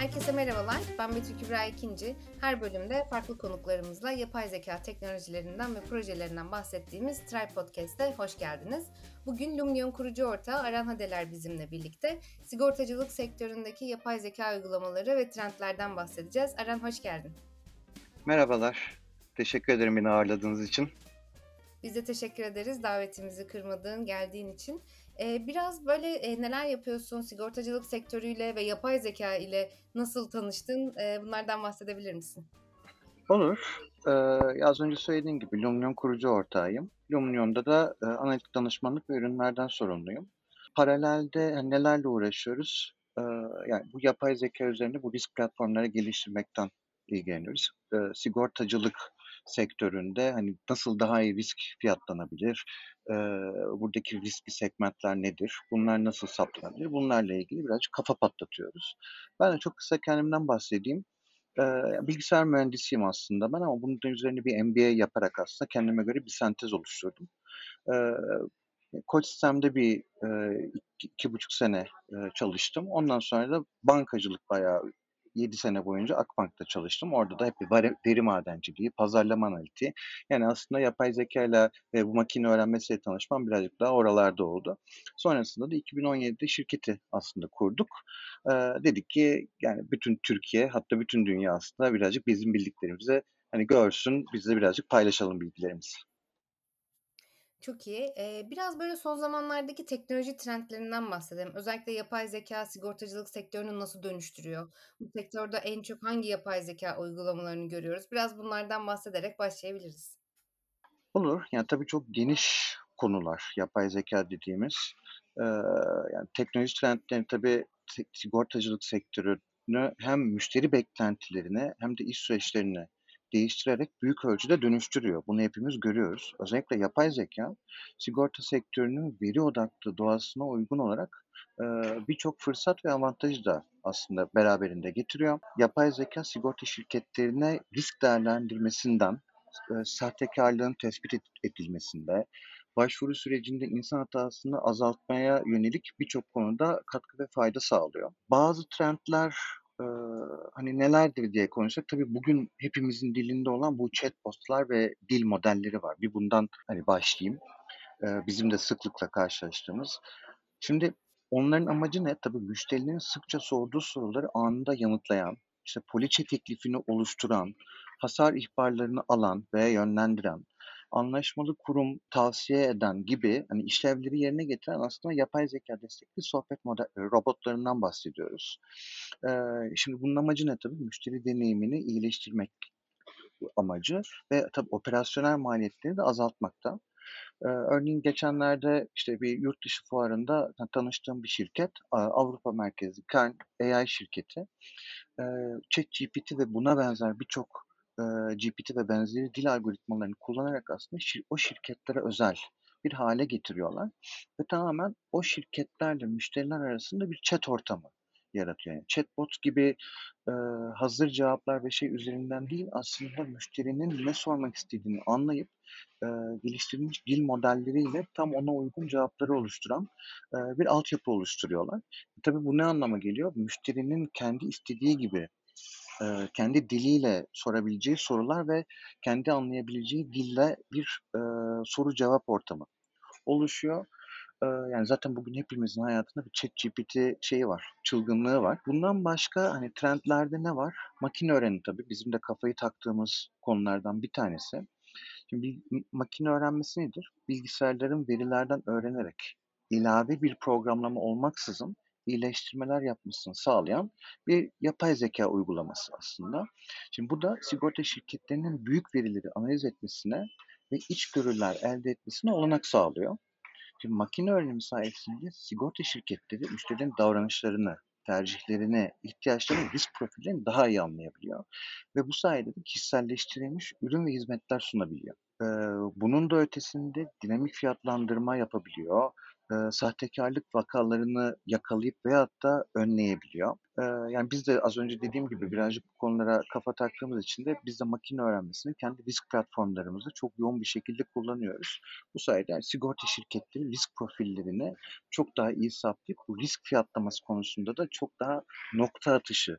Herkese merhabalar. Ben Betül Kübra İkinci. Her bölümde farklı konuklarımızla yapay zeka teknolojilerinden ve projelerinden bahsettiğimiz Tribe Podcast'e hoş geldiniz. Bugün Lumnion kurucu ortağı Aran Hadeler bizimle birlikte. Sigortacılık sektöründeki yapay zeka uygulamaları ve trendlerden bahsedeceğiz. Aran hoş geldin. Merhabalar. Teşekkür ederim beni ağırladığınız için. Biz de teşekkür ederiz davetimizi kırmadığın, geldiğin için. Biraz böyle neler yapıyorsun, sigortacılık sektörüyle ve yapay zeka ile nasıl tanıştın? Bunlardan bahsedebilir misin? Olur. Az önce söylediğim gibi Lumnion kurucu ortağıyım. Lumnion'da da analitik danışmanlık ve ürünlerden sorumluyum. Paralelde nelerle uğraşıyoruz? Yani bu yapay zeka üzerinde bu risk platformları geliştirmekten ilgileniyoruz. Sigortacılık sektöründe hani nasıl daha iyi risk fiyatlanabilir? Ee, Buradaki riskli segmentler nedir? Bunlar nasıl saptanabilir? Bunlarla ilgili birazcık kafa patlatıyoruz. Ben de çok kısa kendimden bahsedeyim. Bilgisayar mühendisiyim aslında ben ama bunun da üzerine bir MBA yaparak aslında kendime göre bir sentez oluşturdum. Eee, Koç bir 2,5 sene çalıştım. Ondan sonra da bankacılık bayağı 7 sene boyunca Akbank'ta çalıştım. Orada da hep bir veri madenciliği, pazarlama analitiği. Yani aslında yapay zekâyla ve bu makine öğrenmesiyle tanışmam birazcık daha oralarda oldu. Sonrasında da 2017'de şirketi aslında kurduk. Dedik ki yani bütün Türkiye hatta bütün dünya aslında birazcık bizim bildiklerimizi hani görsün, biz de birazcık paylaşalım bilgilerimizi. Çok iyi. Biraz böyle son zamanlardaki teknoloji trendlerinden bahsedelim. Özellikle yapay zeka sigortacılık sektörünü nasıl dönüştürüyor? Bu sektörde en çok hangi yapay zeka uygulamalarını görüyoruz? Biraz bunlardan bahsederek başlayabiliriz. Olur. Yani, tabii çok geniş konular yapay zeka dediğimiz. Eee, Yani, teknoloji trendleri tabii sigortacılık sektörünü hem müşteri beklentilerini hem de iş süreçlerini değiştirerek büyük ölçüde dönüştürüyor. Bunu hepimiz görüyoruz. Özellikle yapay zeka sigorta sektörünün veri odaklı doğasına uygun olarak, birçok fırsat ve avantajı da aslında beraberinde getiriyor. Yapay zeka sigorta şirketlerine risk değerlendirmesinden sahtekârlığın tespit edilmesinde, başvuru sürecinde insan hatasını azaltmaya yönelik birçok konuda katkı ve fayda sağlıyor. Bazı trendler, eee, hani, nelerdir diye konuşsak tabii bugün hepimizin dilinde olan bu chatbot'lar ve dil modelleri var. Bir bundan, hani, başlayayım. Bizim de sıklıkla karşılaştığımız. Şimdi onların amacı ne? Tabii müşterilerin sıkça sorduğu soruları anında yanıtlayan, işte poliçe teklifini oluşturan, hasar ihbarlarını alan veya yönlendiren, anlaşmalı kurum tavsiye eden gibi hani işlevleri yerine getiren aslında yapay zeka destekli sohbet robotlarından bahsediyoruz. Şimdi bunun amacı ne tabii? Müşteri deneyimini iyileştirmek amacı ve tabii operasyonel maliyetleri de azaltmakta. Örneğin geçenlerde, işte, bir yurt dışı fuarında tanıştığım bir şirket, Avrupa merkezli Kern AI şirketi, ChatGPT ve buna benzer birçok, GPT ve benzeri dil algoritmalarını kullanarak aslında o şirketlere özel bir hâle getiriyorlar ve tamamen o şirketlerle müşteriler arasında bir chat ortamı yaratıyor. Yani chatbot gibi, eee, hazır cevaplar ve şey üzerinden değil, aslında müşterinin ne sormak istediğini anlayıp, eee, geliştirilmiş dil modelleriyle tam ona uygun cevapları oluşturan, bir altyapı oluşturuyorlar. Tabii bu ne anlama geliyor? Müşterinin kendi istediği gibi, kendi diliyle sorabileceği sorular ve kendi anlayabileceği dille bir, soru cevap ortamı oluşuyor. Yani, zaten bugün hepimizin hayatında bir ChatGPT şeyi var, çılgınlığı var. Bundan başka, hani, trendlerde ne var? Makine öğrenimi tabii bizim de kafayı taktığımız konulardan bir tanesi. Şimdi makine öğrenmesi nedir? Bilgisayarların verilerden öğrenerek ilave bir programlama olmaksızın iyileştirmeler yapmasını sağlayan bir yapay zeka uygulaması aslında. Şimdi bu da sigorta şirketlerinin büyük verileri analiz etmesine ve içgörüler elde etmesine olanak sağlıyor. Şimdi makine öğrenimi sayesinde sigorta şirketleri müşterilerin davranışlarını, tercihlerini, ihtiyaçlarını, risk profillerini daha iyi anlayabiliyor ve bu sayede de kişiselleştirilmiş ürün ve hizmetler sunabiliyor. Bunun da ötesinde dinamik fiyatlandırma yapabiliyor, sahtekârlık vakalarını yakalayıp veyahut da önleyebiliyor. Yani biz de az önce dediğim gibi birazcık bu konulara kafa taktığımız için de biz de makine öğrenmesini kendi risk platformlarımızda çok yoğun bir şekilde kullanıyoruz. Bu sayede yani sigorta şirketleri risk profillerini çok daha iyi saptayıp bu risk fiyatlaması konusunda da çok daha nokta atışı,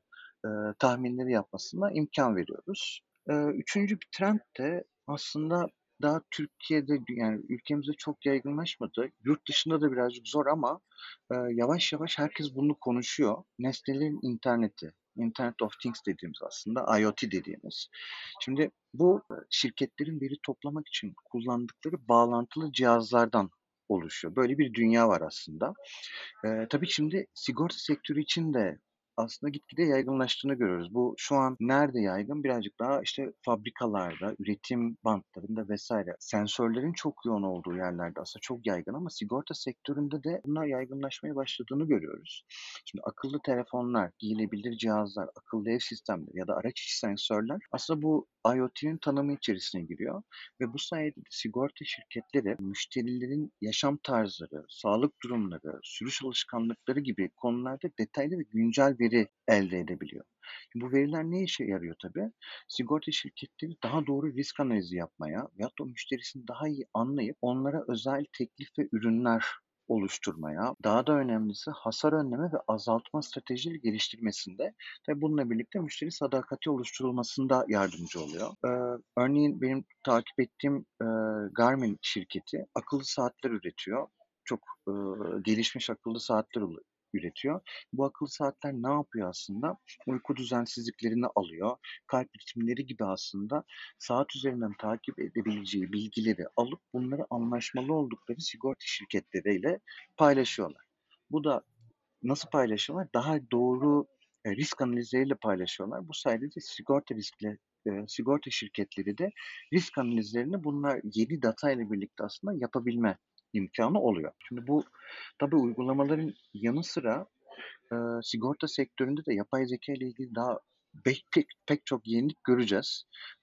tahminleri yapmasına imkân veriyoruz. 3'üncü bir trend de aslında daha Türkiye'de, yani ülkemizde çok yaygınlaşmadı. Yurt dışında da birazcık zor ama, yavaş yavaş herkes bunu konuşuyor. Nesnelerin interneti, Internet of Things dediğimiz aslında IoT dediğimiz. Şimdi bu, şirketlerin veri toplamak için kullandıkları bağlantılı cihazlardan oluşuyor. Böyle bir dünya var aslında. Tabii şimdi sigorta sektörü için de aslında gitgide yaygınlaştığını görüyoruz. Bu şu an nerede yaygın? Birazcık daha, işte, fabrikalarda, üretim bantlarında vesaire sensörlerin çok yoğun olduğu yerlerde aslında çok yaygın ama sigorta sektöründe de bunlar yaygınlaşmaya başladığını görüyoruz. Şimdi akıllı telefonlar, giyilebilir cihazlar, akıllı ev sistemleri ya da araç içi sensörler aslında bu IoT'nin tanımı içerisine giriyor ve bu sayede de sigorta şirketleri müşterilerin yaşam tarzları, sağlık durumları, sürüş alışkanlıkları gibi konularda detaylı ve güncel veri elde edebiliyor. Bu veriler ne işe yarıyor tabii? Sigorta şirketleri daha doğru risk analizi yapmaya veyahut da o müşterisini daha iyi anlayıp onlara özel teklif ve ürünler oluşturmaya, daha da önemlisi hasar önleme ve azaltma stratejileri geliştirmesinde ve bununla birlikte müşteri sadakati oluşturulmasında yardımcı oluyor. Örneğin benim takip ettiğim, Garmin şirketi akıllı saatler üretiyor. Çok, gelişmiş akıllı saatler üretiyor. Bu akıllı saatler ne yapıyor aslında? Uyku düzensizliklerini alıyor. Kalp ritimleri gibi aslında saat üzerinden takip edebileceği bilgileri alıp bunları anlaşmalı oldukları sigorta şirketleriyle paylaşıyorlar. Bu da nasıl paylaşıyorlar? Daha doğru, risk analizleriyle paylaşıyorlar. Bu sayede de sigorta şirketleri de risk analizlerini bunlar yeni data ile birlikte aslında yapabilme imkânı oluyor. Şimdi bu tabii uygulamaların yanı sıra sigorta sektöründe de yapay zeka ile ilgili daha pek çok yenilik göreceğiz.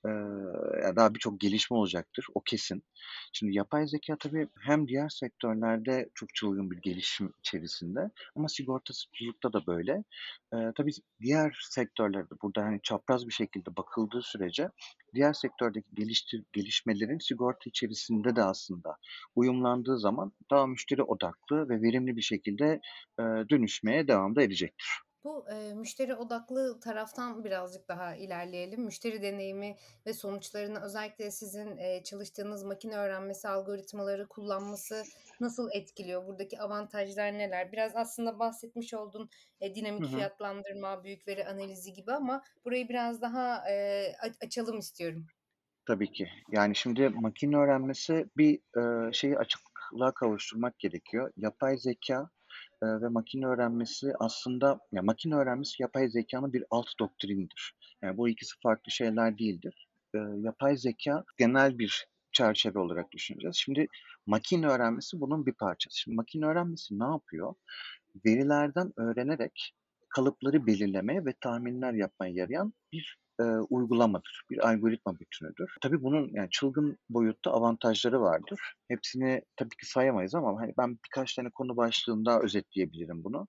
Ya, daha birçok gelişme olacaktır, o kesin. Şimdi yapay zeka tabii hem diğer sektörlerde çok çılgın bir gelişim içerisinde ama sigortacılıkta da böyle. Tabii diğer sektörlerde burada, hani, çapraz bir şekilde bakıldığı sürece diğer sektördeki gelişmelerin sigorta içerisinde de aslında uyumlandığı zaman daha müşteri odaklı ve verimli bir şekilde dönüşmeye devam da edecektir. Bu, müşteri odaklı taraftan birazcık daha ilerleyelim. Müşteri deneyimi ve sonuçlarını özellikle sizin, çalıştığınız makine öğrenmesi algoritmaları kullanması nasıl etkiliyor? Buradaki avantajlar neler? Biraz aslında bahsetmiş oldun, Hı dinamik hı. fiyatlandırma, büyük veri analizi gibi ama burayı biraz daha, açalım istiyorum. Tabii ki. Yani, şimdi makine öğrenmesi bir, şeyi açıklığa kavuşturmak gerekiyor. Yapay zekâ, ve makine öğrenmesi aslında ya, makine öğrenmesi yapay zekânın bir alt doktrinidir. Yani, bu ikisi farklı şeyler değildir. Yapay zekâ genel bir çerçeve olarak düşüneceğiz. Şimdi makine öğrenmesi bunun bir parçası. Şimdi makine öğrenmesi ne yapıyor? Verilerden öğrenerek kalıpları belirlemeye ve tahminler yapmaya yarayan bir, uygulamadır, bir algoritma bütünüdür. Tabii bunun, yani, çılgın boyutta avantajları vardır. Hepsini tabii ki sayamayız ama, hani, ben birkaç tane konu başlığında özetleyebilirim bunu.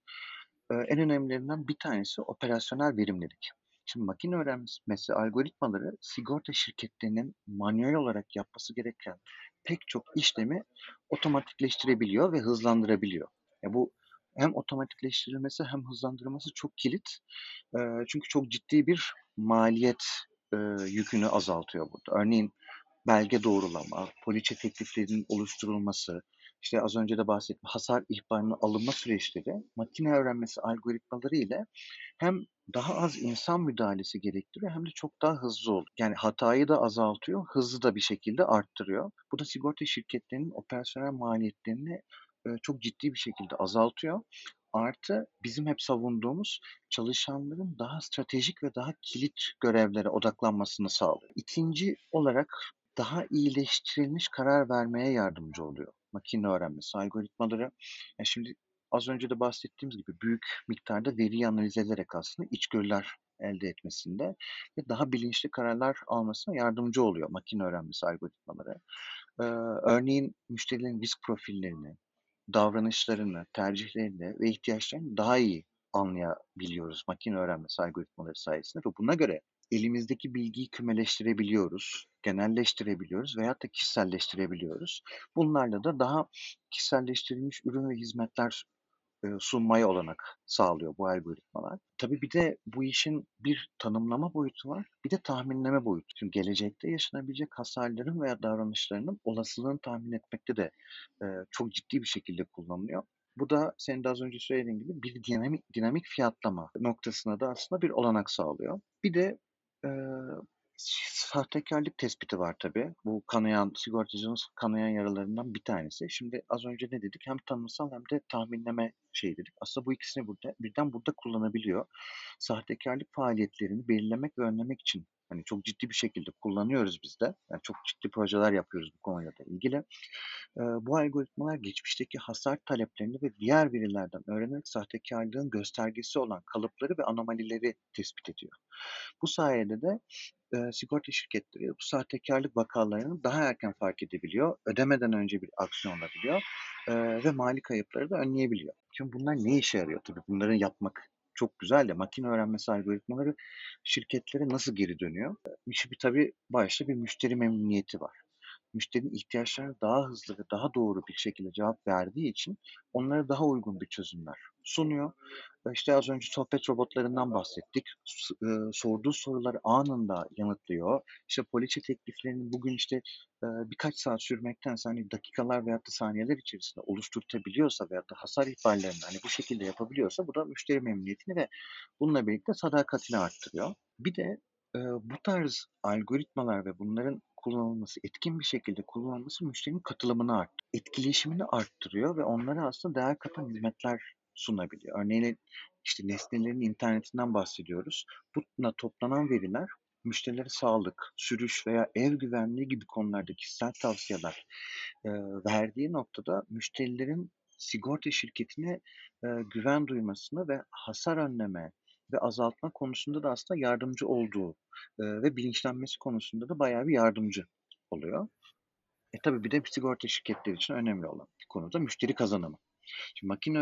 En önemlilerinden bir tanesi operasyonel verimlilik. Şimdi makine öğrenmesi algoritmaları sigorta şirketlerinin manuel olarak yapması gereken pek çok işlemi otomatikleştirebiliyor ve hızlandırabiliyor. Bu hem otomatikleştirilmesi hem hızlandırılması çok kilit. Çünkü çok ciddi bir maliyet, yükünü azaltıyor burada. Örneğin belge doğrulama, poliçe tekliflerinin oluşturulması, işte az önce de bahsettiğim hasar ihbarının alınma süreçleri makine öğrenmesi algoritmaları ile hem daha az insan müdahalesi gerektiriyor hem de çok daha hızlı oluyor. Yani hatayı da azaltıyor, hızı da bir şekilde arttırıyor. Bu da sigorta şirketlerinin operasyonel maliyetlerini, çok ciddi bir şekilde azaltıyor. Artı bizim hep savunduğumuz çalışanların daha stratejik ve daha kilit görevlere odaklanmasını sağlıyor. İkinci olarak daha iyileştirilmiş karar vermeye yardımcı oluyor makine öğrenmesi algoritmaları. Şimdi az önce de bahsettiğimiz gibi büyük miktarda veriyi analiz ederek aslında içgörüler elde etmesinde ve daha bilinçli kararlar almasına yardımcı oluyor makine öğrenmesi algoritmaları. Eee, Örneğin müşterilerin risk profillerini, davranışlarını, tercihlerini ve ihtiyaçlarını daha iyi anlayabiliyoruz makine öğrenmesi algoritmaları sayesinde ve buna göre elimizdeki bilgiyi kümeleştirebiliyoruz, genelleştirebiliyoruz veyahut da kişiselleştirebiliyoruz. Bunlarla da daha kişiselleştirilmiş ürün ve hizmetler sunmaya olanak sağlıyor bu algoritmalar. Tabii bir de bu işin bir tanımlama boyutu var, bir de tahminleme boyutu. Şimdi gelecekte yaşanabilecek hasarların veya davranışlarının olasılığını tahmin etmekte de, çok ciddi bir şekilde kullanılıyor. Bu da senin de az önce söylediğin gibi bir dinamik fiyatlama noktasına da aslında bir olanak sağlıyor. Bir de, eee, sahtekârlık tespiti var tabii. Bu sigortacının kanayan yaralarından bir tanesi. Şimdi az önce ne dedik? Hem tanımsal hem de tahminleme şeyi dedik. Aslında bu ikisini burada kullanabiliyor. Sahtekârlık faaliyetlerini belirlemek ve önlemek için, hani, çok ciddi bir şekilde kullanıyoruz biz de. Yani çok ciddi projeler yapıyoruz bu konuyla da ilgili. Bu algoritmalar geçmişteki hasar taleplerini ve diğer verilerden öğrenerek sahtekârlığın göstergesi olan kalıpları ve anomalileri tespit ediyor. Bu sayede de, sigorta şirketleri bu sahtekârlık vakalarını daha erken fark edebiliyor, ödemeden önce bir aksiyon alabiliyor, ve mali kayıpları da önleyebiliyor. Şimdi bunlar ne işe yarıyor? Tabii bunları yapmak çok güzel de makine öğrenmesi algoritmaları şirketlere nasıl geri dönüyor? İşi bir tabii başta bir müşteri memnuniyeti var. Müşterinin ihtiyaçlarına daha hızlı ve daha doğru bir şekilde cevap verdiği için onlara daha uygun bir çözümler sunuyor. İşte az önce sohbet robotlarından bahsettik. Sorduğu soruları anında yanıtlıyor. İşte poliçe tekliflerini bugün işte birkaç saat sürmektense hani dakikalar veyahut da saniyeler içerisinde oluşturtabiliyorsa veyahut da hasar ihbarlerini hani bu şekilde yapabiliyorsa bu da müşteri memnuniyetini ve bununla birlikte sadakatini arttırıyor. Bir de bu tarz algoritmalar ve bunların kullanılması, etkin bir şekilde kullanılması müşterinin katılımını etkileşimini arttırıyor ve onlara aslında değer katan hizmetler sunabiliyor. Örneğin işte nesnelerin internetinden bahsediyoruz. Bununla toplanan veriler müşterilere sağlık, sürüş veya ev güvenliği gibi konularda kişisel tavsiyeler verdiği noktada müşterilerin sigorta şirketine güven duymasını ve hasar önleme ve azaltma konusunda da aslında yardımcı olduğu ve bilinçlenmesi konusunda da bayağı bir yardımcı oluyor. Tabii bir de sigorta şirketleri için önemli olan bir konu da müşteri kazanımı. Şimdi makine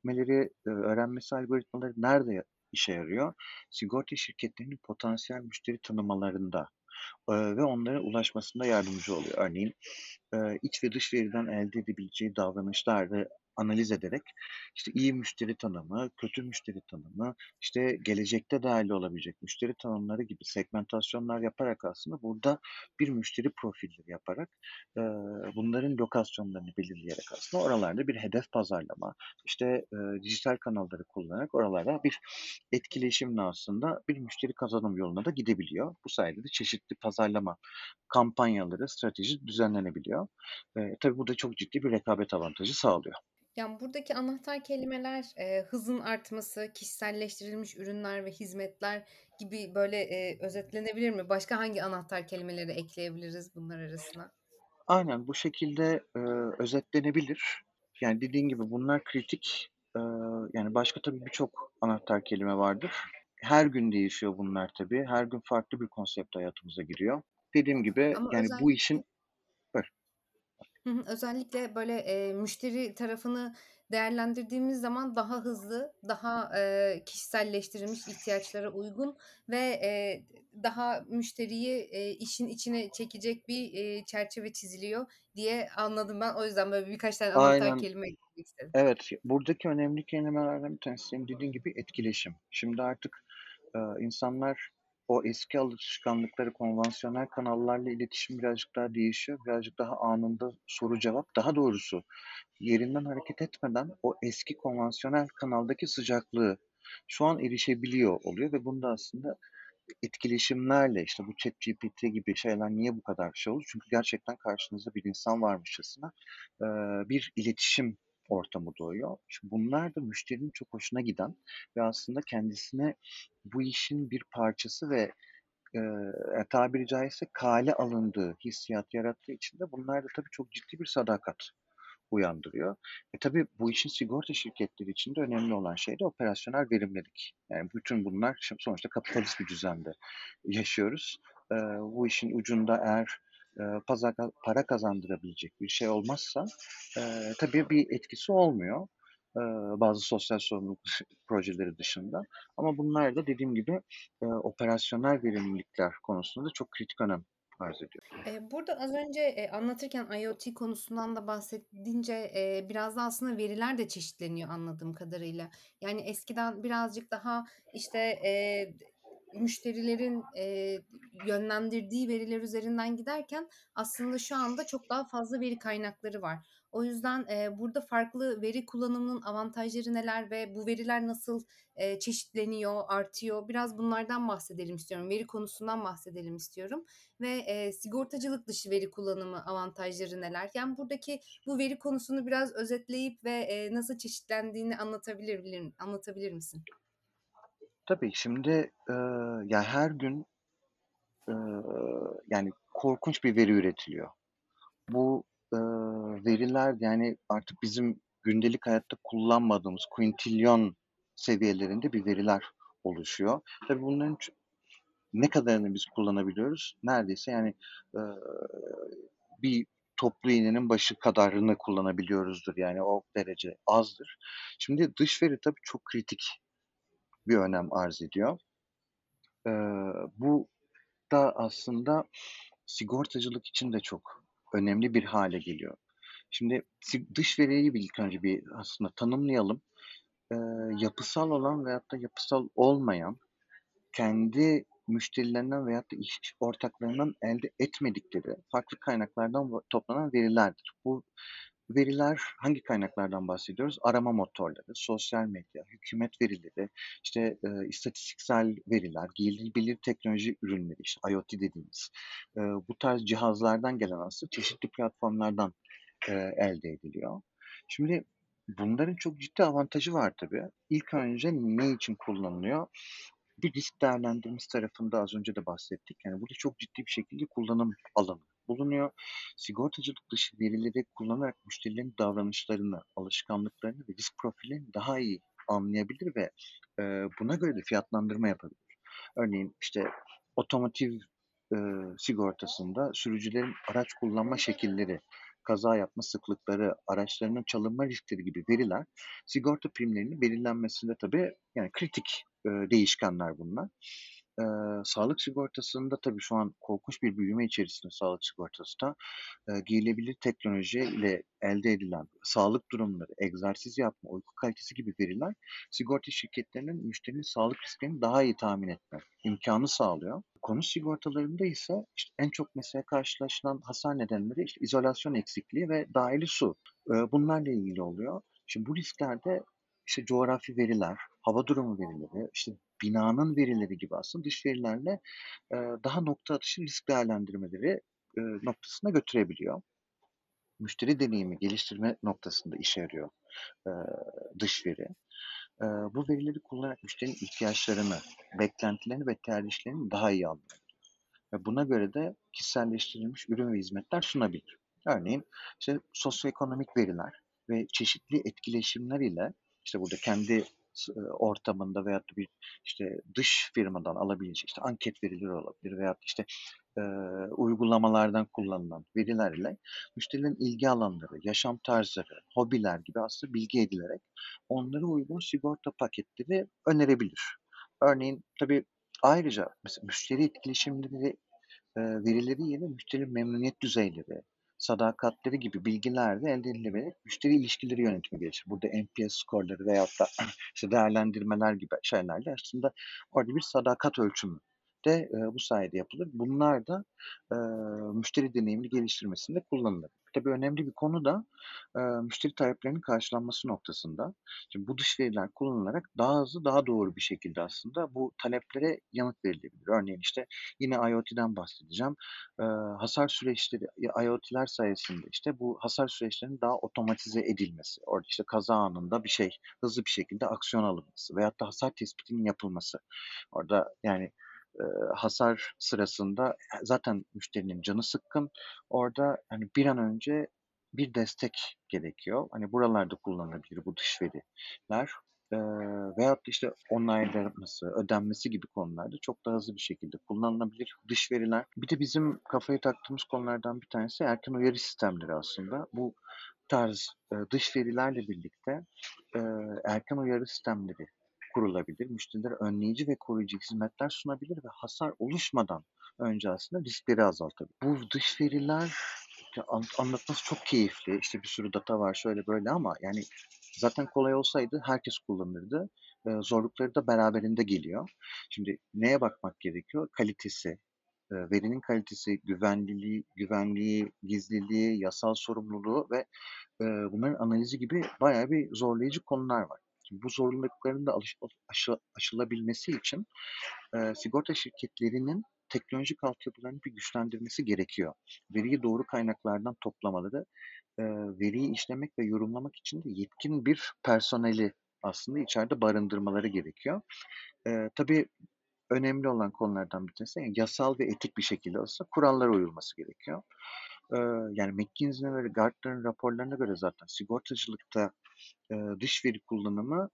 öğrenmesi algoritmaları nerede işe yarıyor? Sigorta şirketlerinin potansiyel müşteri tanımalarında ve onlara ulaşmasında yardımcı oluyor. Örneğin iç ve dış veriden elde edebileceği davranışları analiz ederek, işte, iyi müşteri tanımı, kötü müşteri tanımı, işte, gelecekte değerli olabilecek müşteri tanımları gibi segmentasyonlar yaparak aslında burada bir müşteri profilleri yaparak, eee, bunların lokasyonlarını belirleyerek aslında oralarda bir hedef pazarlama, işte, dijital kanalları kullanarak oralarda bir etkileşimle aslında bir müşteri kazanım yoluna da gidebiliyor. Bu sayede de çeşitli pazarlama kampanyaları, strateji düzenlenebiliyor. Tabii bu da çok ciddi bir rekabet avantajı sağlıyor. Yani, buradaki anahtar kelimeler, hızın artması, kişiselleştirilmiş ürünler ve hizmetler gibi, böyle, özetlenebilir mi? Başka hangi anahtar kelimeleri ekleyebiliriz bunlar arasına? Aynen bu şekilde, özetlenebilir. Yani dediğin gibi bunlar kritik. Eee, Yani başka tabii birçok anahtar kelime vardır. Her gün değişiyor bunlar tabii. Her gün farklı bir konsept hayatımıza giriyor. Dediğim gibi Ama yani bu işin. Buyur. Hı hı. Özellikle, böyle, müşteri tarafını değerlendirdiğimiz zaman daha hızlı, daha, kişiselleştirilmiş, ihtiyaçlara uygun ve, daha müşteriyi, işin içine çekecek bir, çerçeve çiziliyor diye anladım ben. O yüzden, böyle, birkaç tane anahtar Aynen. kelime eklemek istedim. Evet, buradaki önemli kelimelerden bir tanesi senin dediğin gibi etkileşim. Şimdi artık, insanlar o eski alışkanlıkları, konvansiyonel kanallarla iletişim birazcık daha değişiyor. Birazcık daha anında soru cevap, daha doğrusu yerinden hareket etmeden o eski konvansiyonel kanaldaki sıcaklığı şu an erişebiliyor oluyor ve bunda aslında etkileşimlerle, işte, bu ChatGPT gibi şeyler niye bu kadar şey oldu? Çünkü gerçekten karşınızda bir insan varmışçasına, bir iletişim ortamı doğuyor. Şimdi bunlar da müşterinin çok hoşuna giden ve aslında kendisine bu işin bir parçası ve, tabiri caizse kâale alındığı hissiyat yarattığı için de bunlar da tabii çok ciddi bir sadakat uyandırıyor. Tabii bu işin sigorta şirketleri için de önemli olan şey de operasyonel verimlilik. Yani bütün bunlar şimdi sonuçta kapitalist bir düzende yaşıyoruz. Bu işin ucunda eğer, para kazandırabilecek bir şey olmazsa, tabii bir etkisi olmuyor, bazı sosyal sorumluluk projeleri dışında. Ama bunlar da dediğim gibi, operasyonel verimlilikler konusunda çok kritik önem arz ediyor. Burada az önce, anlatırken IoT konusundan da bahsedince, biraz da aslında veriler de çeşitleniyor anladığım kadarıyla. Yani eskiden birazcık daha, işte, müşterilerin, yönlendirdiği veriler üzerinden giderken aslında şu anda çok daha fazla veri kaynakları var. O yüzden, burada farklı veri kullanımının avantajları neler ve bu veriler nasıl, çeşitleniyor, artıyor? Biraz bunlardan bahsedelim istiyorum. Veri konusundan bahsedelim istiyorum ve, sigortacılık dışı veri kullanımı avantajları neler? Yani, buradaki bu veri konusunu biraz özetleyip ve, nasıl çeşitlendiğini anlatabilir misin? Tabii şimdi, ya her gün, eee, yani korkunç bir veri üretiliyor. Bu, eee, veriler, yani, artık bizim gündelik hayatta kullanmadığımız kuintilyon seviyelerinde bir veriler oluşuyor. Tabii bunların ne kadarını biz kullanabiliyoruz? Neredeyse, yani, eee, bir toplu iğnenin başı kadarını kullanabiliyoruzdur, yani, o derece azdır. Şimdi dış veri tabii çok kritik bir önem arz ediyor. Bu da aslında sigortacılık için de çok önemli bir hale geliyor. Şimdi dış veriyi bir ilk önce bir aslında tanımlayalım. Eee, Yapısal olan veyahut da yapısal olmayan, kendi müşterilerinden veyahut da iş ortaklarından elde etmedikleri farklı kaynaklardan toplanan verilerdir. Bu veriler hangi kaynaklardan bahsediyoruz? Arama motorları, sosyal medya, hükümet verileri, işte, istatistiksel veriler, giyilebilir teknoloji ürünleri, işte IoT dediğimiz, bu tarz cihazlardan gelen aslında çeşitli platformlardan, elde ediliyor. Şimdi bunların çok ciddi avantajı var tabii. İlk önce ne için kullanılıyor? Bir risk değerlendirmesi tarafında az önce de bahsettik. Yani burada çok ciddi bir şekilde kullanım alanı bulunuyor. Sigortacılık dışı verileri kullanarak müşterilerin davranışlarını, alışkanlıklarını ve risk profilini daha iyi anlayabilir ve buna göre de fiyatlandırma yapabilir. Örneğin işte otomotiv sigortasında sürücülerin araç kullanma şekilleri, kaza yapma sıklıkları, araçlarının çalınma riskleri gibi veriler sigorta primlerinin belirlenmesinde tabii yani kritik değişkenler bunlar. Sağlık sigortasında tabii şu an korkunç bir büyüme içerisinde sağlık sigortası da. Giyilebilir teknolojiyle elde edilen sağlık durumları, egzersiz yapma, uyku kalitesi gibi veriler sigorta şirketlerinin müşterinin sağlık risklerini daha iyi tahmin etme imkânı sağlıyor. Konut sigortalarında ise işte en çok mesela karşılaşılan hasar nedenleri işte izolasyon eksikliği ve dahili su. Bunlarla ilgili oluyor. Şimdi bu risklerde işte coğrafi veriler, hava durumu verileri, işte binanın verileri gibi aslında dış verilerle daha nokta atışı risk değerlendirmeleri noktasına götürebiliyor. Müşteri deneyimi geliştirme noktasında işe yarıyor eee, dış veri. Bu verileri kullanarak müşterinin ihtiyaçlarını, beklentilerini ve tercihlerini daha iyi anlıyor ve buna göre de kişiselleştirilmiş ürün ve hizmetler sunabilir. Örneğin işte sosyoekonomik veriler ve çeşitli etkileşimler ile işte burada kendi ortamında veyahut da bir işte dış firmadan alabileceği işte anket verileri olabilir veyahut işte e, uygulamalardan kullanılan veriler ile müşterilerin ilgi alanları, yaşam tarzları, hobiler gibi aslında bilgi edilerek onlara uygun sigorta paketleri önerebilir. Örneğin tabii ayrıca mesela müşteri etkileşimleri verileri ile müşteri memnuniyet düzeyleri, sadakatleri gibi bilgiler de elde edilebilir. Müşteri ilişkileri yönetimi gelişir. Burada NPS skorları veyahut da işte değerlendirmeler gibi şeylerle aslında orada bir sadakat ölçümü de bu sayede yapılır. Bunlar da eee, müşteri deneyimini geliştirmesinde kullanılır. Tabii önemli bir konu da müşteri taleplerinin karşılanması noktasında. Şimdi bu dış veriler kullanılarak daha hızlı, daha doğru bir şekilde aslında bu taleplere yanıt verilebilir. Örneğin işte yine IoT'den bahsedeceğim. Hasar süreçleri, IoT'ler sayesinde işte bu hasar süreçlerinin daha otomatize edilmesi, orada işte kaza anında bir şey hızlı bir şekilde aksiyon alınması veyahut da hasar tespitinin yapılması. Orada yani hasar sırasında zaten müşterinin canı sıkkın. Orada hani bir an önce bir destek gerekiyor. Hani buralarda kullanılabilir bu dış veriler. Eee, Veyahut da işte onaylanması, ödenmesi gibi konularda çok daha hızlı bir şekilde kullanılabilir dış veriler. Bir de bizim kafayı taktığımız konulardan bir tanesi erken uyarı sistemleri aslında. Bu tarz dış verilerle birlikte erken uyarı sistemleri kurulabilir. Müşterilere önleyici ve koruyucu hizmetler sunabilir ve hasar oluşmadan önce aslında riskleri azaltabilir. Bu dış veriler ya anlatması çok keyifli. İşte bir sürü data var şöyle böyle ama yani zaten kolay olsaydı herkes kullanırdı. Zorlukları da beraberinde geliyor. Şimdi neye bakmak gerekiyor? Kalitesi, verinin kalitesi, güvenliği, gizliliği, yasal sorumluluğu ve bunların analizi gibi bayağı bir zorlayıcı konular var. Şimdi bu zorlukların da aşılabilmesi için sigorta şirketlerinin teknolojik altyapılarını bir güçlendirmesi gerekiyor. Veriyi doğru kaynaklardan toplamaları, veriyi işlemek ve yorumlamak için de yetkin bir personeli aslında içeride barındırmaları gerekiyor. Tabii önemli olan konulardan bir tanesi yani yasal ve etik bir şekilde olsa kurallara uyulması gerekiyor. Yani McKinsey'nin ve Gartner'ın raporlarına göre zaten sigortacılıkta dış veri kullanımı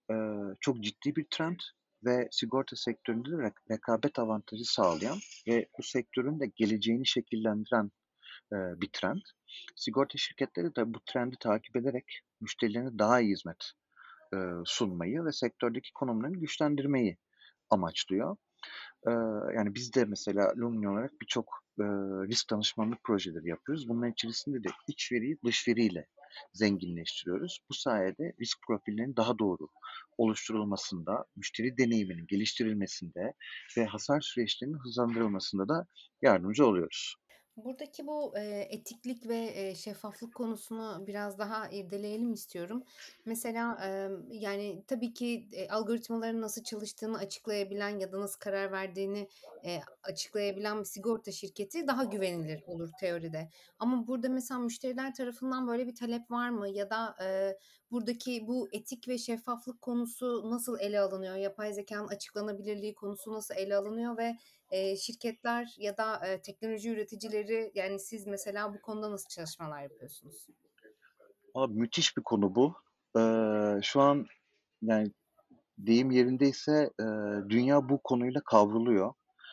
çok ciddi bir trend ve sigorta sektöründe de rekabet avantajı sağlayan ve bu sektörün de geleceğini şekillendiren bir trend. Sigorta şirketleri de bu trendi takip ederek müşterilerine daha iyi hizmet sunmayı ve sektördeki konumlarını güçlendirmeyi amaçlıyor. Eee, Yani biz de mesela Lumni olarak birçok risk danışmanlık projeleri yapıyoruz. Bunların içerisinde de iç veriyi dış veriyle zenginleştiriyoruz. Bu sayede risk profillerinin daha doğru oluşturulmasında, müşteri deneyiminin geliştirilmesinde ve hasar süreçlerinin hızlandırılmasında da yardımcı oluyoruz. Buradaki bu, etiklik ve, şeffaflık konusunu biraz daha irdeleyelim istiyorum. Mesela, yani, tabii ki, algoritmaların nasıl çalıştığını açıklayabilen ya da nasıl karar verdiğini, açıklayabilen bir sigorta şirketi daha güvenilir olur teoride. Ama burada mesela müşteriler tarafından böyle bir talep var mı? Ya da, buradaki bu etik ve şeffaflık konusu nasıl ele alınıyor? Yapay zekânın açıklanabilirliği konusu nasıl ele alınıyor ve şirketler ya da, teknoloji üreticileri, yani, siz mesela bu konuda nasıl çalışmalar yapıyorsunuz? Abi müthiş bir konu bu. Şu an yani deyim yerindeyse dünya bu konuyla kavruluyor.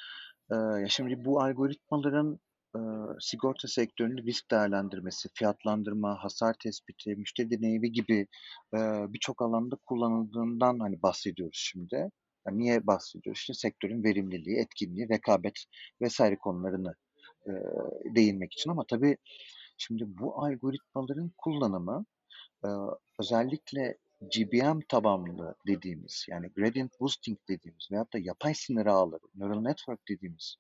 Ya şimdi bu algoritmaların sigorta sektöründe risk değerlendirmesi, fiyatlandırma, hasar tespiti, müşteri deneyimi gibi birçok alanda kullanıldığından hani bahsediyoruz şimdi. Yani niye bahsediyoruz? İşte sektörün verimliliği, etkinliği, rekabet vesaire konularını eee, değinmek için ama tabii şimdi bu algoritmaların kullanımı Eee, özellikle GBM tabanlı dediğimiz, yani gradient boosting dediğimiz veyahut da yapay sinir ağları, neural network dediğimiz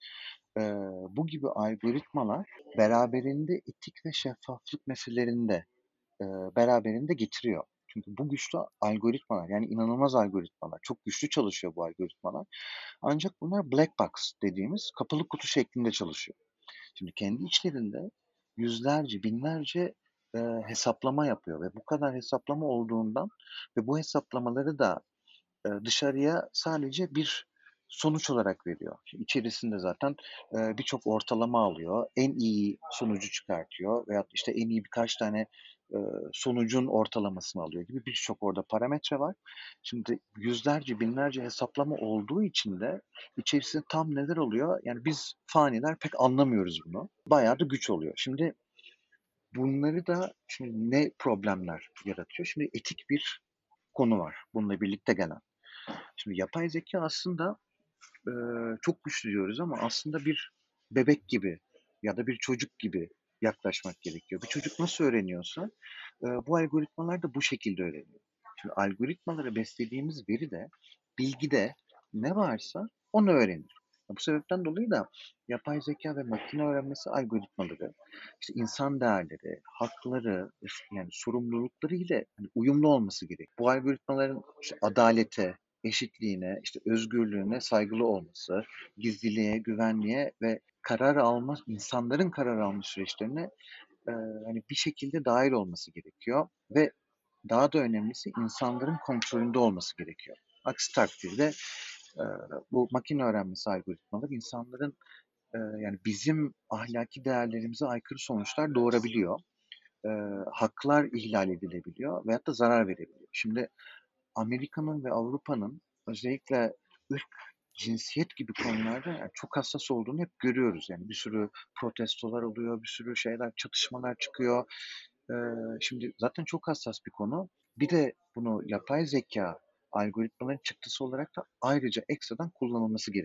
bu gibi algoritmalar beraberinde etik ve şeffaflık meselelerini de beraberinde getiriyor. Çünkü bu güçlü algoritmalar, yani inanılmaz algoritmalar, çok güçlü çalışıyor bu algoritmalar. Ancak bunlar black box dediğimiz kapalı kutu şeklinde çalışıyor. Şimdi kendi içlerinde yüzlerce, binlerce hesaplama yapıyor ve bu kadar hesaplama olduğundan ve bu hesaplamaları da dışarıya sadece bir sonuç olarak veriyor. Şimdi içerisinde zaten birçok ortalama alıyor. En iyi sonucu çıkartıyor veyahut işte en iyi birkaç tane sonucun ortalamasını alıyor gibi birçok orada parametre var. Şimdi yüzlerce, binlerce hesaplama olduğu için de içerisinde tam neler oluyor? Yani biz faniler pek anlamıyoruz bunu. Bayağı da güç oluyor. Şimdi bunları da şimdi ne problemler yaratıyor? Şimdi etik bir konu var bununla birlikte gelen. Şimdi yapay zeka aslında çok güçlü diyoruz ama aslında bir bebek gibi ya da bir çocuk gibi yaklaşmak gerekiyor. Bir çocuk nasıl öğreniyorsa bu algoritmalar da bu şekilde öğreniyor. Şimdi algoritmaları beslediğimiz veri de bilgide ne varsa onu öğrenir. Bu sebepten dolayı da yapay zeka ve makine öğrenmesi algoritmaları işte insan değerleri, hakları, yani sorumlulukları ile hani uyumlu olması gerek. Bu algoritmaların işte adalete, eşitliğine, işte özgürlüğüne saygılı olması, gizliliğe, güvenliğe ve karar alma, insanların karar alma süreçlerine e, hani bir şekilde dahil olması gerekiyor ve daha da önemlisi insanların kontrolünde olması gerekiyor. Aksi takdirde e, bu makine öğrenmesi algoritmaları insanların yani bizim ahlaki değerlerimize aykırı sonuçlar doğurabiliyor. E, Haklar ihlal edilebiliyor veyahut da zarar verebiliyor. Şimdi Amerika'nın ve Avrupa'nın özellikle ırk, cinsiyet gibi konularda yani çok hassas olduğunu hep görüyoruz. Yani bir sürü protestolar oluyor, bir sürü şeyler, çatışmalar çıkıyor. Ee, Şimdi zaten çok hassas bir konu. Bir de bunu yapay zeka algoritmaların çıktısı olarak da ayrıca ekstradan kullanılması gerekiyor.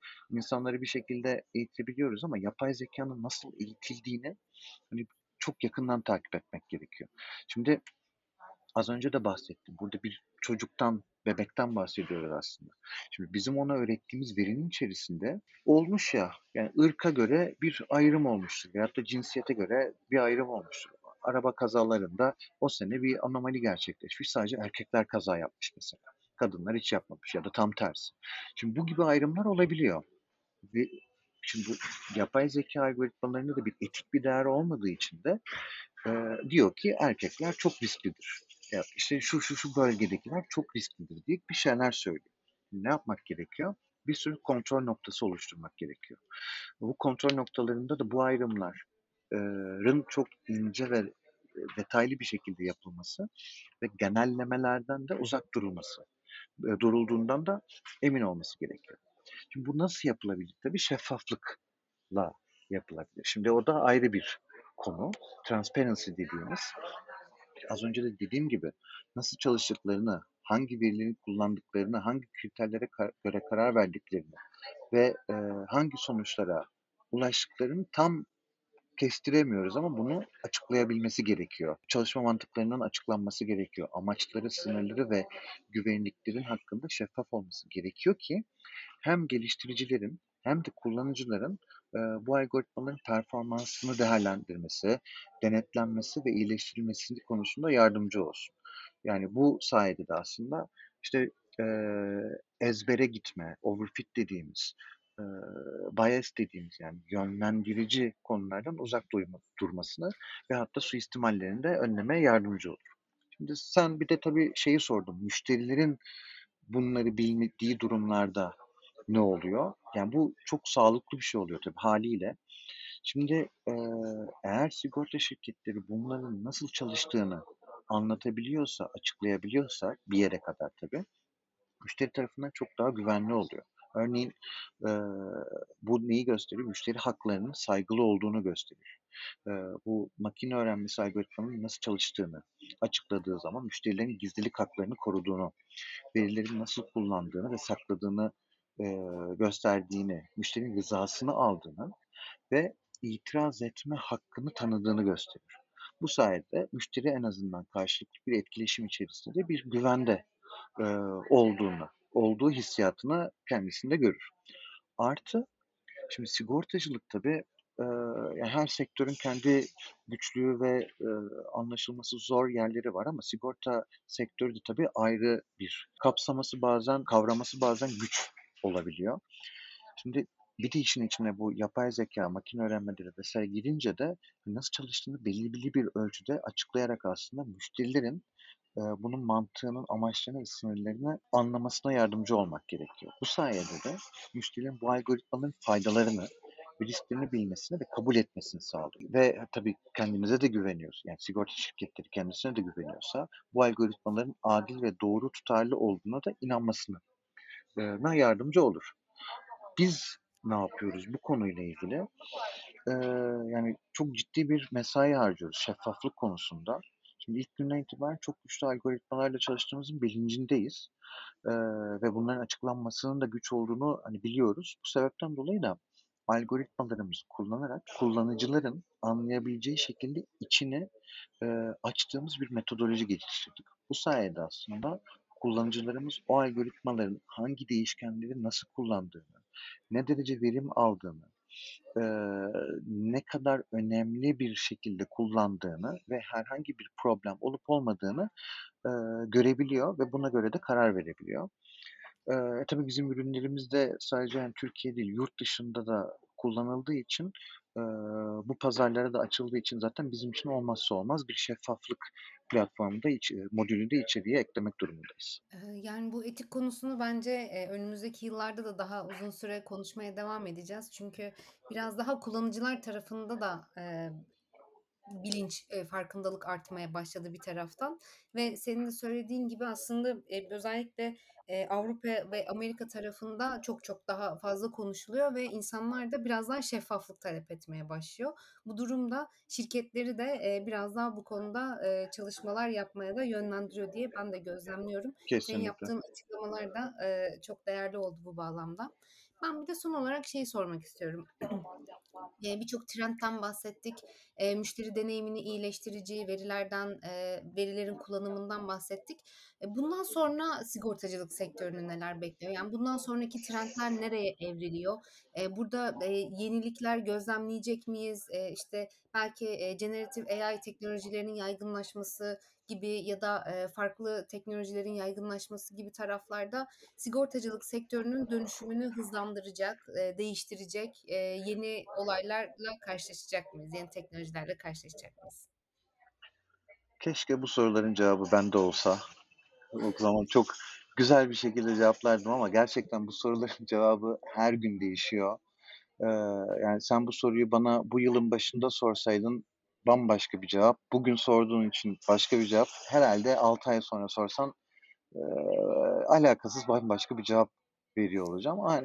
insanları bir şekilde eğitebiliyoruz ama yapay zekanın nasıl eğitildiğini hani çok yakından takip etmek gerekiyor. Şimdi az önce de bahsettim. Burada bir çocuktan, bebekten bahsediyoruz aslında. Şimdi bizim ona öğrettiğimiz verinin içerisinde olmuş ya, yani ırka göre bir ayrım olmuştur veyahut da cinsiyete göre bir ayrım olmuştur. Araba kazalarında o sene bir anomali gerçekleşmiş. Sadece erkekler kaza yapmış mesela. Kadınlar hiç yapmamış ya da tam tersi. Şimdi bu gibi ayrımlar olabiliyor. Ve şimdi bu yapay zeka algoritmalarında da bir etik bir değer olmadığı için de diyor ki erkekler çok risklidir. Ya işte şu bölgedekiler çok risklidir diye bir şeyler söylüyor. Ne yapmak gerekiyor? Bir sürü kontrol noktası oluşturmak gerekiyor. Bu kontrol noktalarında da bu ayrımların çok ince ve detaylı bir şekilde yapılması ve genellemelerden de uzak durulması, durulduğundan da emin olması gerekiyor. Şimdi bu nasıl yapılabilir? Tabii şeffaflıkla yapılabilir. Şimdi o da ayrı bir konu. Transparency dediğimiz, az önce de dediğim gibi nasıl çalıştıklarını, hangi verileri kullandıklarını, hangi kriterlere göre karar verdiklerini ve hangi sonuçlara ulaştıklarını tam kestiremiyoruz ama bunu açıklayabilmesi gerekiyor. Çalışma mantıklarının açıklanması gerekiyor. Amaçları, sınırları ve güvenliklerin hakkında şeffaf olması gerekiyor ki hem geliştiricilerin hem de kullanıcıların bu algoritmaların performansını değerlendirmesi, denetlenmesi ve iyileştirilmesi konusunda yardımcı olsun. Yani bu sayede de aslında işte ezbere gitme, overfit dediğimiz, eee, bias dediğimiz yani yönlendirici konulardan uzak durmasını ve hatta suistimallerini de önlemeye yardımcı olur. Şimdi sen bir de tabii şeyi sordun, müşterilerin bunları bilmediği durumlarda ne oluyor? Yani bu çok sağlıklı bir şey oluyor tabii haliyle. Şimdi eğer sigorta şirketleri bunların nasıl çalıştığını anlatabiliyorsa, açıklayabiliyorsa bir yere kadar tabii, müşteri tarafından çok daha güvenli oluyor. Örneğin eee, bu neyi gösteriyor? Müşteri haklarının saygılı olduğunu gösteriyor. Bu makine öğrenmesi algoritmanın nasıl çalıştığını açıkladığı zaman müşterilerin gizlilik haklarını koruduğunu, verileri nasıl kullandığını ve sakladığını gösterdiğini, müşterinin rızasını aldığını ve itiraz etme hakkını tanıdığını gösterir. Bu sayede müşteri en azından karşılıklı bir etkileşim içerisinde bir güvende e, olduğu hissiyatını kendisinde görür. Artı, şimdi sigortacılık tabii yani her sektörün kendi güçlüğü ve anlaşılması zor yerleri var ama sigorta sektörü de tabii ayrı bir kapsaması bazen, kavraması bazen güç olabiliyor. Şimdi bir de işin içine bu yapay zeka, makine öğrenmeleri vesaire girince de nasıl çalıştığını belli bir ölçüde açıklayarak aslında müşterilerin bunun mantığının, amaçlarını ve sınırlarını anlamasına yardımcı olmak gerekiyor. Bu sayede de müşterinin bu algoritmanın faydalarını ve risklerini bilmesini ve kabul etmesini sağlıyor. Ve tabii kendimize de güveniyoruz. Yani sigorta şirketleri kendisine de güveniyorsa bu algoritmaların adil ve doğru tutarlı olduğuna da inanmasına yardımcı olur. Biz ne yapıyoruz bu konuyla ilgili? Eee, Yani çok ciddi bir mesai harcıyoruz şeffaflık konusunda. Şimdi ilk günden itibaren çok güçlü algoritmalarla çalıştığımızın bilincindeyiz. Eee, Ve bunların açıklanmasının da güç olduğunu hani biliyoruz. Bu sebepten dolayı da algoritmalarımızı kullanarak kullanıcıların anlayabileceği şekilde içini açtığımız bir metodoloji geliştirdik. Bu sayede aslında kullanıcılarımız o algoritmaların hangi değişkenleri nasıl kullandığını, ne derece verim aldığını, ne kadar önemli bir şekilde kullandığını ve herhangi bir problem olup olmadığını eee, görebiliyor ve buna göre de karar verebiliyor. Tabii bizim ürünlerimiz de sadece yani Türkiye değil, yurt dışında da kullanıldığı için eee, bu pazarlara da açıldığı için zaten bizim için olmazsa olmaz bir şeffaflık platformu da modülü de içeriye eklemek durumundayız. Yani, bu etik konusunu bence, önümüzdeki yıllarda da daha uzun süre konuşmaya devam edeceğiz. Çünkü biraz daha kullanıcılar tarafında da, bilinç, farkındalık artmaya başladı bir taraftan ve senin de söylediğin gibi aslında, özellikle, Avrupa ve Amerika tarafında çok çok daha fazla konuşuluyor ve insanlar da biraz daha şeffaflık talep etmeye başlıyor. Bu durum da şirketleri de, biraz daha bu konuda, çalışmalar yapmaya da yönlendiriyor diye ben de gözlemliyorum. Senin Kesinlikle. yaptığın açıklamalar da, çok değerli oldu bu bağlamda. Ben bir de son olarak şeyi sormak istiyorum. Birçok trendten bahsettik. Müşteri deneyimini iyileştirici verilerin kullanımından bahsettik. Bundan sonra sigortacılık sektörünü neler bekliyor? Yani bundan sonraki trendler nereye evriliyor? Burada, yenilikler gözlemleyecek miyiz? İşte, belki, generative AI teknolojilerinin yaygınlaşması gibi ya da, farklı teknolojilerin yaygınlaşması gibi taraflarda sigortacılık sektörünün dönüşümünü hızlandıracak, değiştirecek, yeni olaylarla karşılaşacak mıyız? Yeni teknolojilerle karşılaşacak mıyız? Keşke bu soruların cevabı bende olsa. O zaman çok güzel bir şekilde cevaplardım ama gerçekten bu soruların cevabı her gün değişiyor. Eee, Yani sen bu soruyu bana bu yılın başında sorsaydın bambaşka bir cevap. Bugün sorduğun için başka bir cevap. Herhalde 6 ay sonra sorsan, eee, alakasız bambaşka bir cevap veriyor olacağım. Ama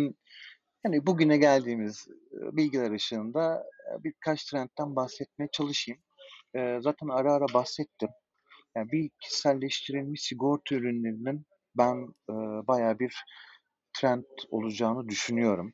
hani bugüne geldiğimiz, bilgiler ışığında, birkaç trendten bahsetmeye çalışayım. Zaten ara ara bahsettim. Yani bir kişiselleştirilmiş sigorta ürünlerinin ben, bayağı bir trend olacağını düşünüyorum.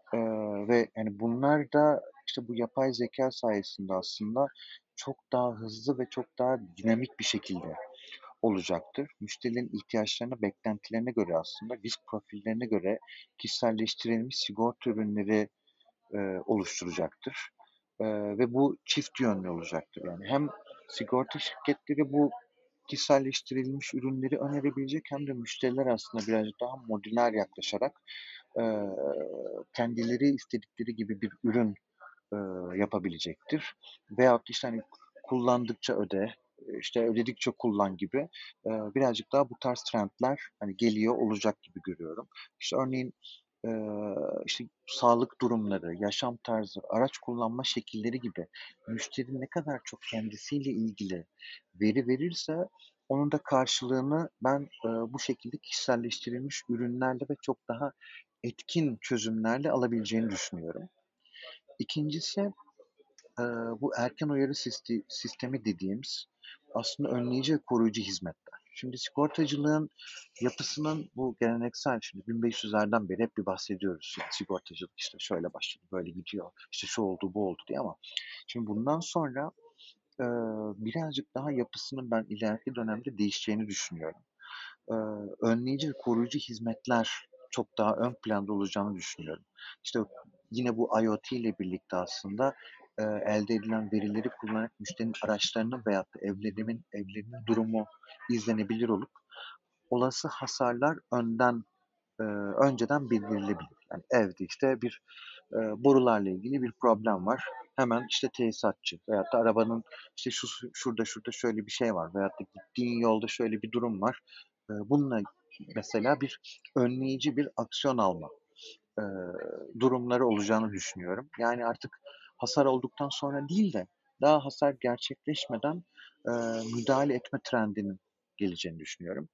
Ve hani bunlar da işte bu yapay zeka sayesinde aslında çok daha hızlı ve çok daha dinamik bir şekilde olacaktır. Müşterilerin ihtiyaçlarına, beklentilerine göre aslında risk profillerine göre kişiselleştirilmiş sigorta ürünleri, oluşturacaktır. Ve bu çift yönlü olacaktır. Yani hem sigorta şirketleri bu kişiselleştirilmiş ürünleri önerebilecek hem de müşteriler aslında birazcık daha modüler yaklaşarak, eee, kendileri istedikleri gibi bir ürün, yapabilecektir. Veyahut işte, hani, kullandıkça öde, işte, ödedikçe kullan gibi, birazcık daha bu tarz trendler, hani, geliyor olacak gibi görüyorum. İşte, örneğin, işte, sağlık durumları, yaşam tarzı, araç kullanma şekilleri gibi müşteri ne kadar çok kendisiyle ilgili veri verirse onun da karşılığını ben, bu şekilde kişiselleştirilmiş ürünlerle ve çok daha etkin çözümlerle alabileceğini düşünüyorum. İkincisi, bu erken uyarı sistemi dediğimiz aslında önleyici ve koruyucu hizmetler. Şimdi sigortacılığın yapısının bu geleneksel şimdi 1500'lerden beri hep bir bahsediyoruz. Yani sigortacılık işte şöyle başladı, böyle gidiyor, işte şu oldu, bu oldu diye ama şimdi bundan sonra birazcık daha yapısının ben ileriki dönemde değişeceğini düşünüyorum. Eee, Önleyici ve koruyucu hizmetler çok daha ön planda olacağını düşünüyorum. İşte, yine bu IoT ile birlikte aslında, elde edilen verileri kullanarak müşterinin araçlarının veyahut da evlerinin durumu izlenebilir olup olası hasarlar önceden bildirilebilir. Yani evde, işte, bir, borularla ilgili bir problem var. Hemen, işte, tesisatçı veyahut da arabanın, işte, şurada şöyle bir şey var veyahut da gittiğin yolda şöyle bir durum var. Bununla mesela bir önleyici bir aksiyon alma, eee, durumları olacağını düşünüyorum. Yani artık hasar olduktan sonra değil de daha hasar gerçekleşmeden, müdahale etme trendinin geleceğini düşünüyorum.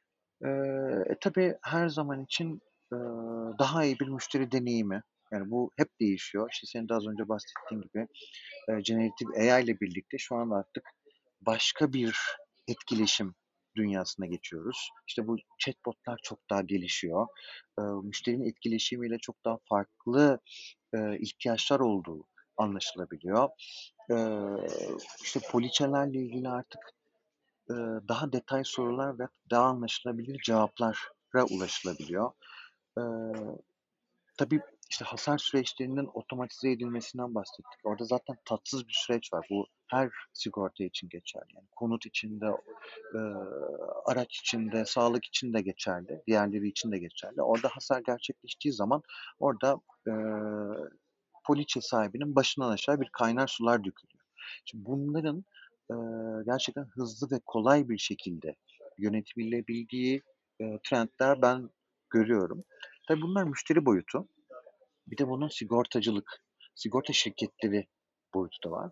Tabii her zaman için, eee, daha iyi bir müşteri deneyimi, yani bu hep değişiyor. İşte, senin de az önce bahsettiğin gibi, generative AI ile birlikte şu an artık başka bir etkileşim dünyasına geçiyoruz. İşte, bu chatbot'lar çok daha gelişiyor. Müşterinin etkileşimiyle çok daha farklı, ihtiyaçlar olduğu anlaşılabiliyor. Eee, işte, poliçelerle ilgili artık daha detay sorular ve daha anlaşılabilir cevaplara ulaşılabiliyor. Eee, tabii, işte, hasar süreçlerinin otomatize edilmesinden bahsettik. Orada zaten tatsız bir süreç var. Bu her sigorta için geçerli. Yani konut için de, eee, araç için de, sağlık için de geçerli, diğerleri için de geçerli. Orada hasar gerçekleştiği zaman orada, eee, poliçe sahibinin başından aşağı bir kaynar sular dökülüyor. Şimdi bunların, gerçekten hızlı ve kolay bir şekilde yönetilebildiği, trendler ben görüyorum. Tabii bunlar müşteri boyutu. Bir de bunun sigorta şirketleri boyutu da var.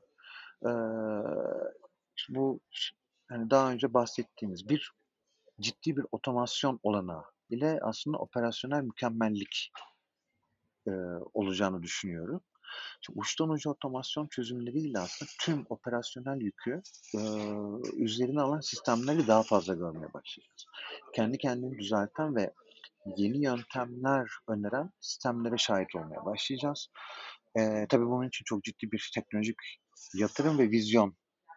Bu hani daha önce bahsettiğimiz ciddi bir otomasyon olanağı ile aslında operasyonel mükemmellik, olacağını düşünüyorum. Şimdi uçtan uca otomasyon çözümleriyle aslında tüm operasyonel yükü, üzerine alan sistemleri daha fazla görmeye başlayacağız. Kendi kendini düzelten ve yeni yöntemler öneren sistemlere şahit olmaya başlayacağız. Tabii bunun için çok ciddi bir teknolojik yatırım ve vizyon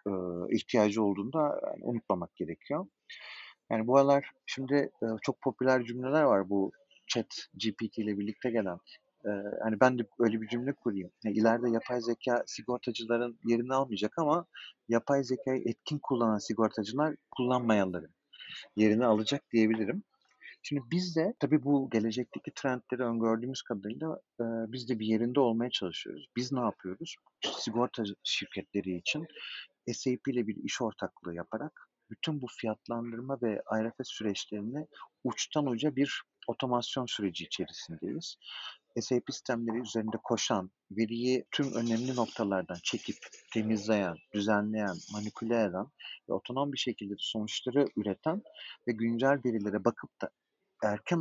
ihtiyacı olduğunu da yani unutmamak gerekiyor. Yani bu aralar şimdi çok popüler cümleler var bu ChatGPT ile birlikte gelen. Hani ben de öyle bir cümle kurayım. Yani ileride yapay zeka sigortacıların yerini almayacak ama yapay zekayı etkin kullanan sigortacılar kullanmayanların yerini alacak diyebilirim. Şimdi biz de tabii bu gelecekteki trendleri öngördüğümüz kadarıyla biz de bir yerinde olmaya çalışıyoruz. Biz ne yapıyoruz? Sigorta şirketleri için SAP ile bir iş ortaklığı yaparak bütün bu fiyatlandırma ve IRFS süreçlerini uçtan uca bir otomasyon süreci içerisindeyiz. SAP sistemleri üzerinde koşan, veriyi tüm önemli noktalardan çekip temizleyen, düzenleyen, manipüle eden ve otonom bir şekilde sonuçları üreten ve güncel verilere bakıp da erken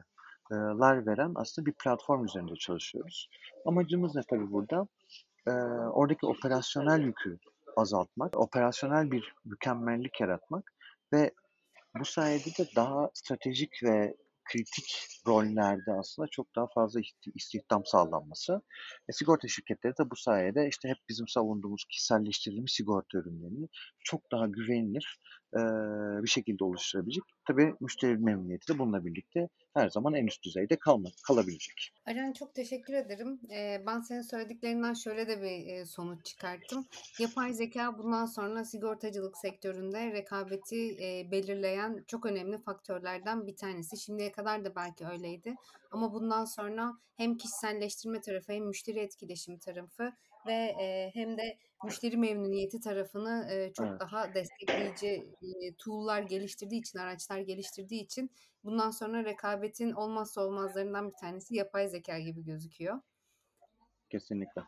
uyarılar veren aslında bir platform üzerinde çalışıyoruz. Amacımız ne tabii burada? Eee, Oradaki operasyonel yükü azaltmak, operasyonel bir mükemmellik yaratmak ve bu sayede de daha stratejik ve kritik rollerde aslında çok daha fazla istihdam sağlanması. Sigorta şirketleri de bu sayede işte hep bizim savunduğumuz kişiselleştirilmiş sigorta ürünlerini çok daha güvenilir eee, bir şekilde oluşturabilecek. Tabii müşteri memnuniyeti de bununla birlikte her zaman en üst düzeyde kalabilecek. Aren, çok teşekkür ederim. Ben senin söylediklerinden şöyle de bir sonuç çıkarttım. Yapay zeka bundan sonra sigortacılık sektöründe rekabeti belirleyen çok önemli faktörlerden bir tanesi. Şimdiye kadar da belki öyleydi. Ama bundan sonra hem kişiselleştirme tarafı hem müşteri etkileşim tarafı ve hem de müşteri memnuniyeti tarafını çok Evet, daha destekleyici tool'lar geliştirdiği için, araçlar geliştirdiği için bundan sonra rekabetin olmazsa olmazlarından bir tanesi yapay zeka gibi gözüküyor. kesinlikle.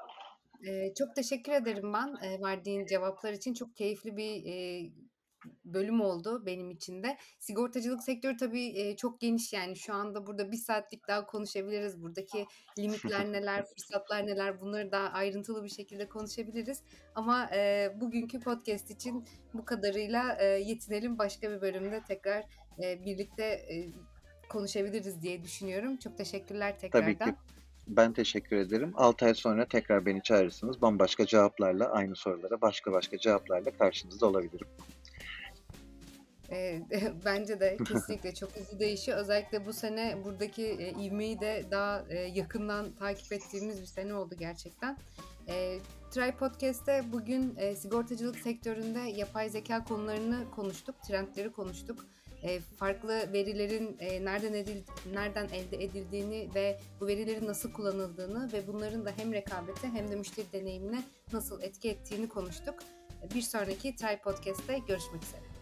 Çok teşekkür ederim ben verdiğin cevaplar için. Çok keyifli bir bölüm oldu benim için de. Sigortacılık sektörü tabii çok geniş, yani şu anda burada bir saatlik daha konuşabiliriz. Buradaki limitler neler, fırsatlar neler, bunları daha ayrıntılı bir şekilde konuşabiliriz. Ama bugünkü podcast için bu kadarıyla yetinelim. Başka bir bölümde tekrar birlikte konuşabiliriz diye düşünüyorum. Çok teşekkürler Tabii ki. tekrardan. Ben teşekkür ederim. 6 ay sonra tekrar beni çağırırsınız. Bambaşka cevaplarla, aynı sorulara başka karşınızda olabilirim. Bence de kesinlikle çok hızlı değişiyor. Özellikle bu sene buradaki ivmeyi de daha yakından takip ettiğimiz bir sene oldu gerçekten. Try Podcast'te bugün sigortacılık sektöründe yapay zeka konularını konuştuk, trendleri konuştuk. Farklı verilerin nereden elde edildiğini ve bu verilerin nasıl kullanıldığını ve bunların da hem rekabete hem de müşteri deneyimine nasıl etki ettiğini konuştuk. Bir sonraki Try Podcast'te görüşmek üzere.